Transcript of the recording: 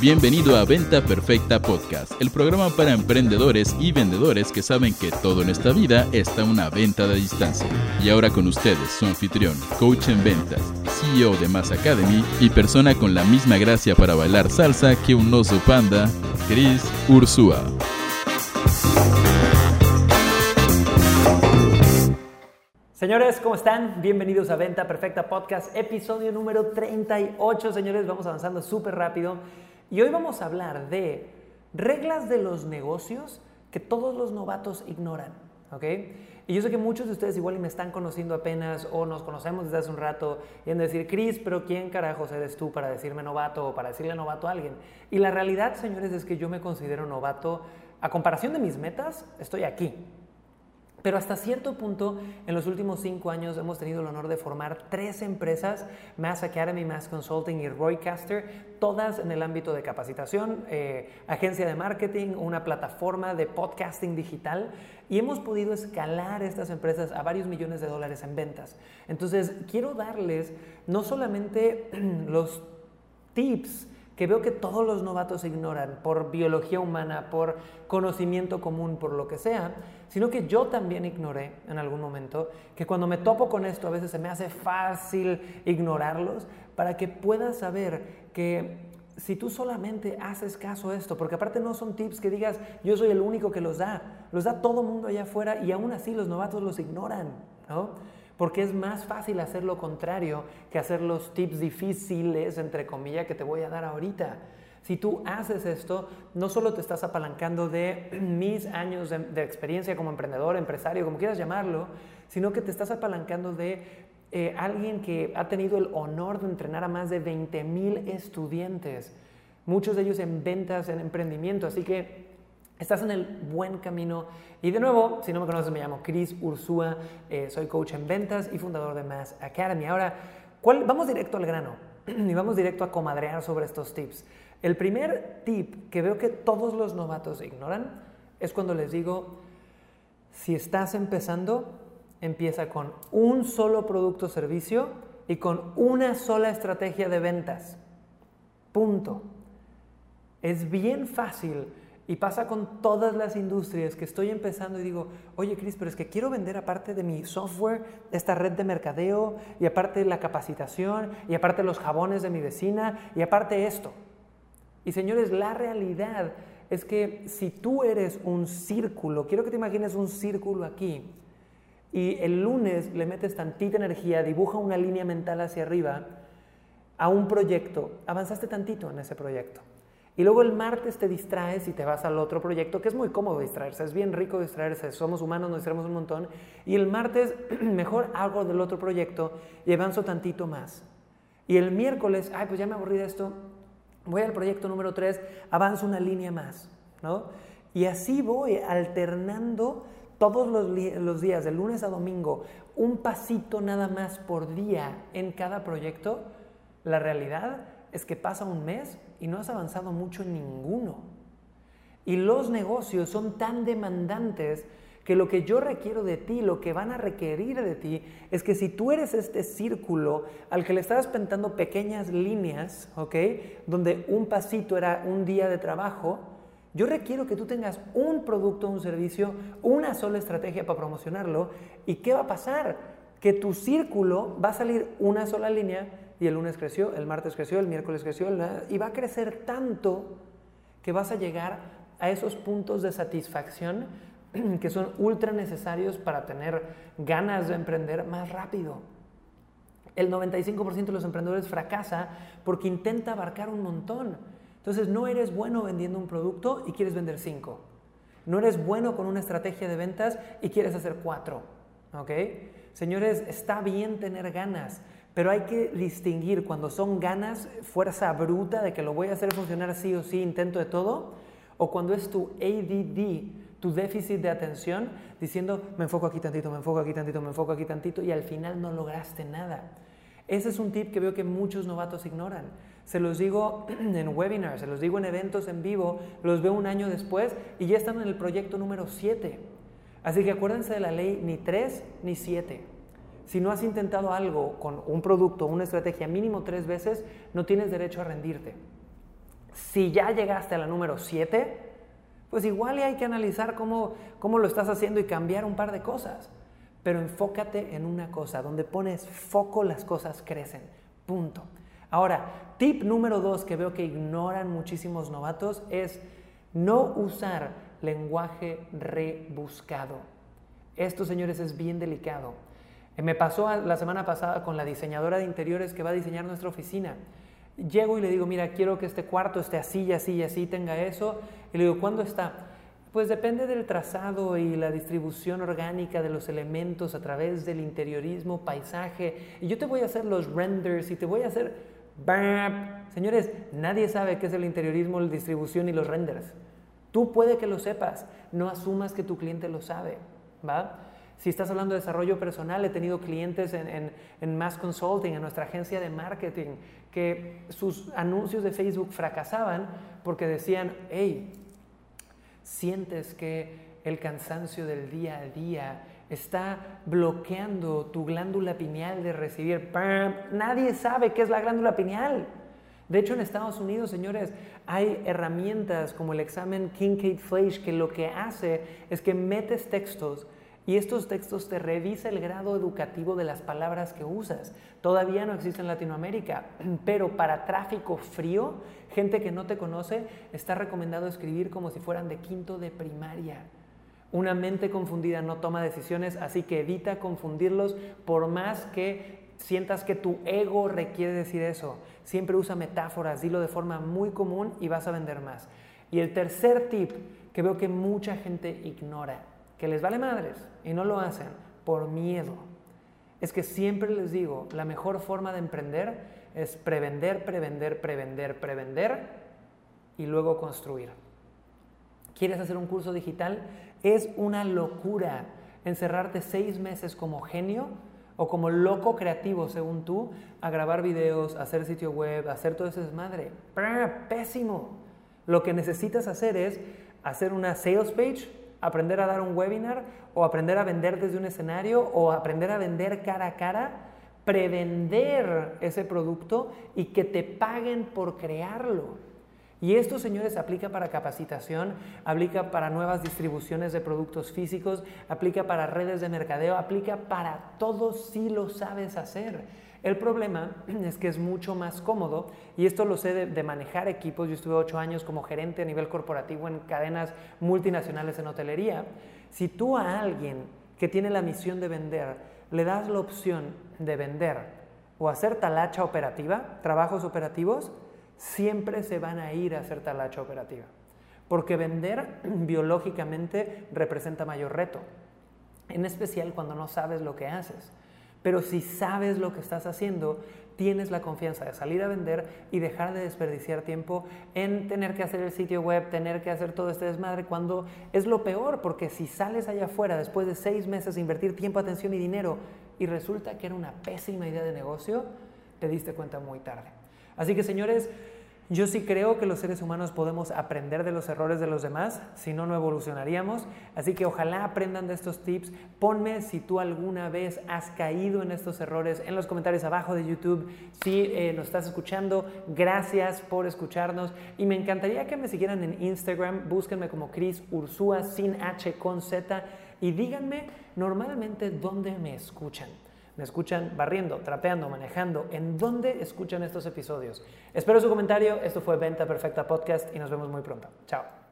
Bienvenido a Venta Perfecta Podcast, el programa para emprendedores y vendedores que saben que todo en esta vida está a una venta de distancia. Y ahora con ustedes, su anfitrión, coach en ventas, CEO de Mass Academy y persona con la misma gracia para bailar salsa que un oso panda, Chris Ursúa. Señores, ¿cómo están? Bienvenidos a Venta Perfecta Podcast, episodio número 38. Señores, vamos avanzando súper rápido. Y hoy vamos a hablar de reglas de los negocios que todos los novatos ignoran, ¿ok? Y yo sé que muchos de ustedes igual me están conociendo apenas o nos conocemos desde hace un rato y en decir, Chris, pero ¿quién carajos eres tú para decirme novato o para decirle novato a alguien? Y la realidad, señores, es que yo me considero novato. A comparación de mis metas, estoy aquí. Pero hasta cierto punto, en los últimos 5 años hemos tenido el honor de formar 3 empresas, Mass Academy, Mass Consulting y Roycaster, todas en el ámbito de capacitación, agencia de marketing, una plataforma de podcasting digital, y hemos podido escalar estas empresas a varios millones de dólares en ventas. Entonces, quiero darles no solamente los tips que veo que todos los novatos ignoran por biología humana, por conocimiento común, por lo que sea, sino que yo también ignoré en algún momento, que cuando me topo con esto a veces se me hace fácil ignorarlos, para que puedas saber que si tú solamente haces caso a esto, porque aparte no son tips que digas yo soy el único que los da todo mundo allá afuera y aún así los novatos los ignoran, ¿no? Porque es más fácil hacer lo contrario que hacer los tips difíciles, entre comillas, que te voy a dar ahorita. Si tú haces esto, no solo te estás apalancando de mis años de experiencia como emprendedor, empresario, como quieras llamarlo, sino que te estás apalancando de alguien que ha tenido el honor de entrenar a más de 20,000 estudiantes, muchos de ellos en ventas, en emprendimiento, así que estás en el buen camino. Y de nuevo, si no me conoces, me llamo Chris Ursúa, soy coach en ventas y fundador de Mass Academy. Ahora, vamos directo al grano y vamos directo a comadrear sobre estos tips. El primer tip que veo que todos los novatos ignoran es cuando les digo, si estás empezando, empieza con un solo producto o servicio y con una sola estrategia de ventas. Punto. Es bien fácil. Y pasa con todas las industrias que estoy empezando y digo, oye Chris, pero es que quiero vender aparte de mi software, esta red de mercadeo, y aparte la capacitación, y aparte los jabones de mi vecina, y aparte esto. Y señores, la realidad es que si tú eres un círculo, quiero que te imagines un círculo aquí, y el lunes le metes tantita energía, dibuja una línea mental hacia arriba a un proyecto, avanzaste tantito en ese proyecto. Y luego el martes te distraes y te vas al otro proyecto, que es muy cómodo distraerse, es bien rico distraerse, somos humanos, nos distraemos un montón. Y el martes mejor hago del otro proyecto y avanzo tantito más. Y el miércoles, pues ya me aburrí de esto, voy al proyecto número 3, avanzo una línea más, ¿no? Y así voy alternando todos los días, de lunes a domingo, un pasito nada más por día en cada proyecto. La realidad es que pasa un mes y no has avanzado mucho en ninguno. Y los negocios son tan demandantes que lo que yo requiero de ti, lo que van a requerir de ti, es que si tú eres este círculo al que le estás pintando pequeñas líneas, ¿ok? Donde un pasito era un día de trabajo, yo requiero que tú tengas un producto, un servicio, una sola estrategia para promocionarlo. ¿Y qué va a pasar? Que tu círculo va a salir una sola línea. Y el lunes creció, el martes creció, el miércoles creció, y va a crecer tanto que vas a llegar a esos puntos de satisfacción que son ultra necesarios para tener ganas de emprender más rápido. El 95% de los emprendedores fracasa porque intenta abarcar un montón. Entonces no eres bueno vendiendo un producto y quieres vender 5. No eres bueno con una estrategia de ventas y quieres hacer 4. ¿Ok? Señores, está bien tener ganas, pero hay que distinguir cuando son ganas, fuerza bruta de que lo voy a hacer funcionar sí o sí, intento de todo, o cuando es tu ADD, tu déficit de atención, diciendo me enfoco aquí tantito, me enfoco aquí tantito, me enfoco aquí tantito y al final no lograste nada. Ese es un tip que veo que muchos novatos ignoran. Se los digo en webinars, se los digo en eventos en vivo, los veo un año después y ya están en el proyecto número 7. Así que acuérdense de la ley ni 3 ni 7. Si no has intentado algo con un producto, una estrategia mínimo 3 veces, no tienes derecho a rendirte. Si ya llegaste a la número 7, pues igual hay que analizar cómo lo estás haciendo y cambiar un par de cosas. Pero enfócate en una cosa, donde pones foco las cosas crecen, punto. Ahora, tip número 2 que veo que ignoran muchísimos novatos es no usar lenguaje rebuscado. Esto, señores, es bien delicado. Me pasó la semana pasada con la diseñadora de interiores que va a diseñar nuestra oficina. Llego y le digo, mira, quiero que este cuarto esté así y así y así, tenga eso. Y le digo, ¿cuándo está? Pues depende del trazado y la distribución orgánica de los elementos a través del interiorismo, paisaje. Y yo te voy a hacer los renders y te voy a hacer... Señores, nadie sabe qué es el interiorismo, la distribución y los renders. Tú puede que lo sepas, no asumas que tu cliente lo sabe, ¿va? Si estás hablando de desarrollo personal, he tenido clientes en Mass Consulting, en nuestra agencia de marketing, que sus anuncios de Facebook fracasaban porque decían, hey, sientes que el cansancio del día a día está bloqueando tu glándula pineal de recibir. Nadie sabe qué es la glándula pineal. De hecho, en Estados Unidos, señores, hay herramientas como el examen Kincaid-Fleisch que lo que hace es que metes textos y estos textos te revisa el grado educativo de las palabras que usas. Todavía no existe en Latinoamérica, pero para tráfico frío, gente que no te conoce, está recomendado escribir como si fueran de quinto de primaria. Una mente confundida no toma decisiones, así que evita confundirlos por más que sientas que tu ego requiere decir eso. Siempre usa metáforas, dilo de forma muy común y vas a vender más. Y el tercer tip que veo que mucha gente ignora, que les vale madres y no lo hacen por miedo, es que siempre les digo, la mejor forma de emprender es prevender y luego construir. ¿Quieres hacer un curso digital? Es una locura encerrarte 6 meses como genio o como loco creativo, según tú, a grabar videos, a hacer sitio web, a hacer todo ese desmadre. ¡Pésimo! Lo que necesitas hacer es hacer una sales page, aprender a dar un webinar o aprender a vender desde un escenario o aprender a vender cara a cara, prevender ese producto y que te paguen por crearlo. Y esto, señores, aplica para capacitación, aplica para nuevas distribuciones de productos físicos, aplica para redes de mercadeo, aplica para todo si lo sabes hacer. El problema es que es mucho más cómodo, y esto lo sé de manejar equipos. Yo estuve 8 años como gerente a nivel corporativo en cadenas multinacionales en hotelería. Si tú a alguien que tiene la misión de vender le das la opción de vender o hacer talacha operativa, trabajos operativos, siempre se van a ir a hacer talacha operativa. Porque vender biológicamente representa mayor reto, en especial cuando no sabes lo que haces. Pero si sabes lo que estás haciendo, tienes la confianza de salir a vender y dejar de desperdiciar tiempo en tener que hacer el sitio web, tener que hacer todo este desmadre, cuando es lo peor, porque si sales allá afuera después de 6 meses de invertir tiempo, atención y dinero y resulta que era una pésima idea de negocio, te diste cuenta muy tarde. Así que, señores, yo sí creo que los seres humanos podemos aprender de los errores de los demás, si no, no evolucionaríamos. Así que ojalá aprendan de estos tips. Ponme si tú alguna vez has caído en estos errores en los comentarios abajo de YouTube. Si nos estás escuchando, gracias por escucharnos. Y me encantaría que me siguieran en Instagram. Búsquenme como Cris Ursúa, sin H, con Z. Y díganme normalmente dónde me escuchan. ¿Me escuchan barriendo, trapeando, manejando? ¿En dónde escuchan estos episodios? Espero su comentario. Esto fue Venta Perfecta Podcast y nos vemos muy pronto. Chao.